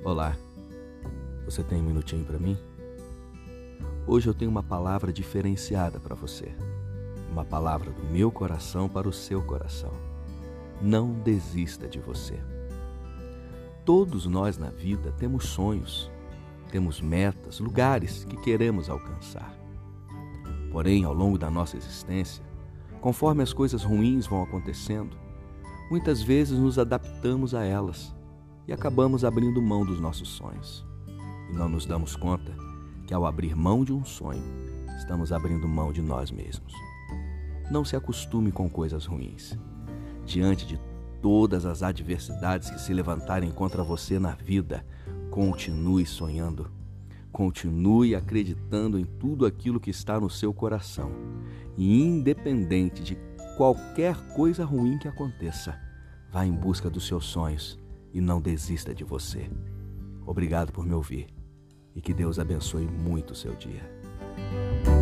Olá, você tem um minutinho para mim? Hoje eu tenho uma palavra diferenciada para você. Uma palavra do meu coração para o seu coração. Não desista de você. Todos nós na vida temos sonhos, temos metas, lugares que queremos alcançar. Porém, ao longo da nossa existência, conforme as coisas ruins vão acontecendo, muitas vezes nos adaptamos a elas e acabamos abrindo mão dos nossos sonhos. E não nos damos conta que ao abrir mão de um sonho, estamos abrindo mão de nós mesmos. Não se acostume com coisas ruins. Diante de todas as adversidades que se levantarem contra você na vida, continue sonhando. Continue acreditando em tudo aquilo que está no seu coração. E independente de qualquer coisa ruim que aconteça, vá em busca dos seus sonhos e não desista de você. Obrigado por me ouvir e que Deus abençoe muito o seu dia.